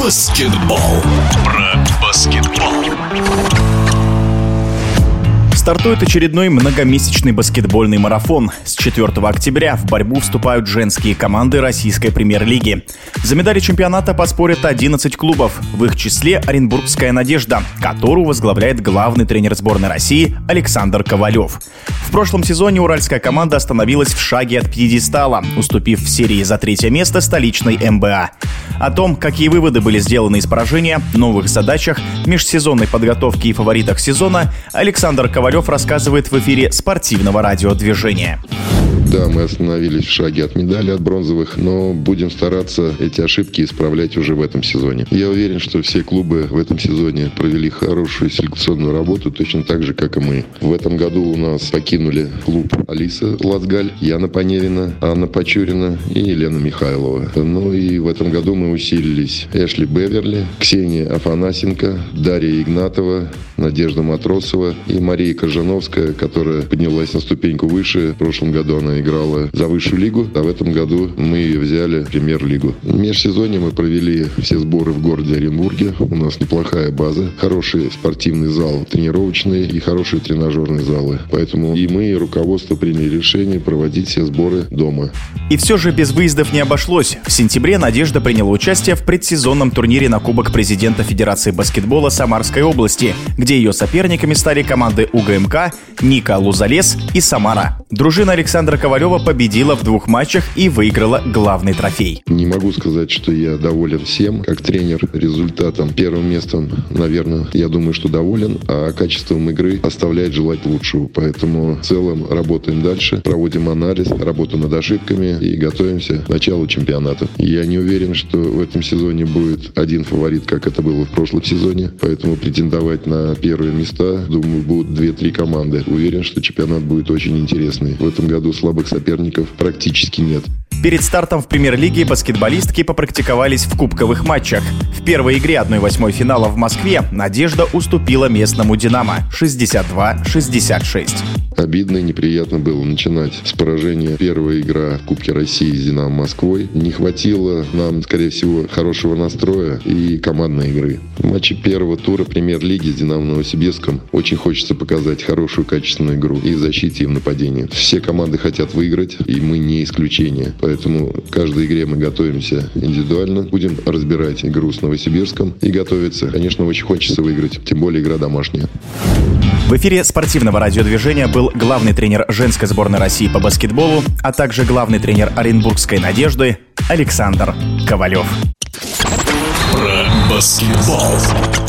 баскетбол. Про баскетбол. Стартует очередной многомесячный баскетбольный марафон. С 4 октября в борьбу вступают женские команды российской премьер-лиги. За медали чемпионата поспорят 11 клубов, в их числе Оренбургская «Надежда», которую возглавляет главный тренер сборной России Александр Ковалев. В прошлом сезоне уральская команда остановилась в шаге от пьедестала, уступив в серии за третье место столичной МБА. О том, какие выводы были сделаны из поражения, новых задачах, межсезонной подготовке и фаворитах сезона, Александр Ковалев рассказывает в эфире спортивного радиодвижения. Да, мы остановились в шаге от медали, от бронзовых, но будем стараться эти ошибки исправлять уже в этом сезоне. Я уверен, что все клубы в этом сезоне провели хорошую селекционную работу, точно так же, как и мы. В этом году у нас покинули клуб Алиса Лацгаль, Яна Поневина, Анна Почурина и Елена Михайлова. Ну и в этом году мы усилились: Эшли Беверли, Ксения Афанасенко, Дарья Игнатова, Надежда Матросова и Мария Коржановская, которая поднялась на ступеньку выше. В прошлом году она играла за высшую лигу, а в этом году мы ее взяли в премьер-лигу. В межсезонье мы провели все сборы в городе Оренбурге. У нас неплохая база, хороший спортивный зал, тренировочный и хорошие тренажерные залы. Поэтому и мы, и руководство приняли решение проводить все сборы дома. И все же без выездов не обошлось. В сентябре «Надежда» приняла участие в предсезонном турнире на Кубок президента Федерации баскетбола Самарской области, где ее соперниками стали команды УГМК, Ника Лузалес и Самара. Дружина Александра Ковалева победила в 2 матчах и выиграла главный трофей. Не могу сказать, что я доволен всем. Как тренер, результатом, первым местом, наверное, я думаю, что доволен, а качеством игры оставляет желать лучшего. Поэтому в целом работаем дальше, проводим анализ, работу над ошибками и готовимся к началу чемпионата. Я не уверен, что в этом сезоне будет один фаворит, как это было в прошлом сезоне. Поэтому претендовать на первые места, думаю, будут 2-3 команды. Уверен, что чемпионат будет очень интересный. В этом году слабых соперников практически нет. Перед стартом в премьер-лиге баскетболистки попрактиковались в кубковых матчах. В первой игре 1/8 финала в Москве «Надежда» уступила местному «Динамо» 62-66. Обидно и неприятно было начинать с поражения. Первая игра в Кубке России с «Динамо» Москвой. Не хватило нам, скорее всего, хорошего настроя и командной игры. В матче первого тура премьер-лиги с «Динамо» Новосибирском очень хочется показать хорошую качественную игру и в защите, и в нападении. Все команды хотят выиграть, и мы не исключение. Поэтому к каждой игре мы готовимся индивидуально. Будем разбирать игру с Новосибирском и готовиться. Конечно, очень хочется выиграть, тем более игра домашняя. В эфире спортивного радиодвижения был главный тренер женской сборной России по баскетболу, а также главный тренер Оренбургской «Надежды» Александр Ковалев. Про баскетбол.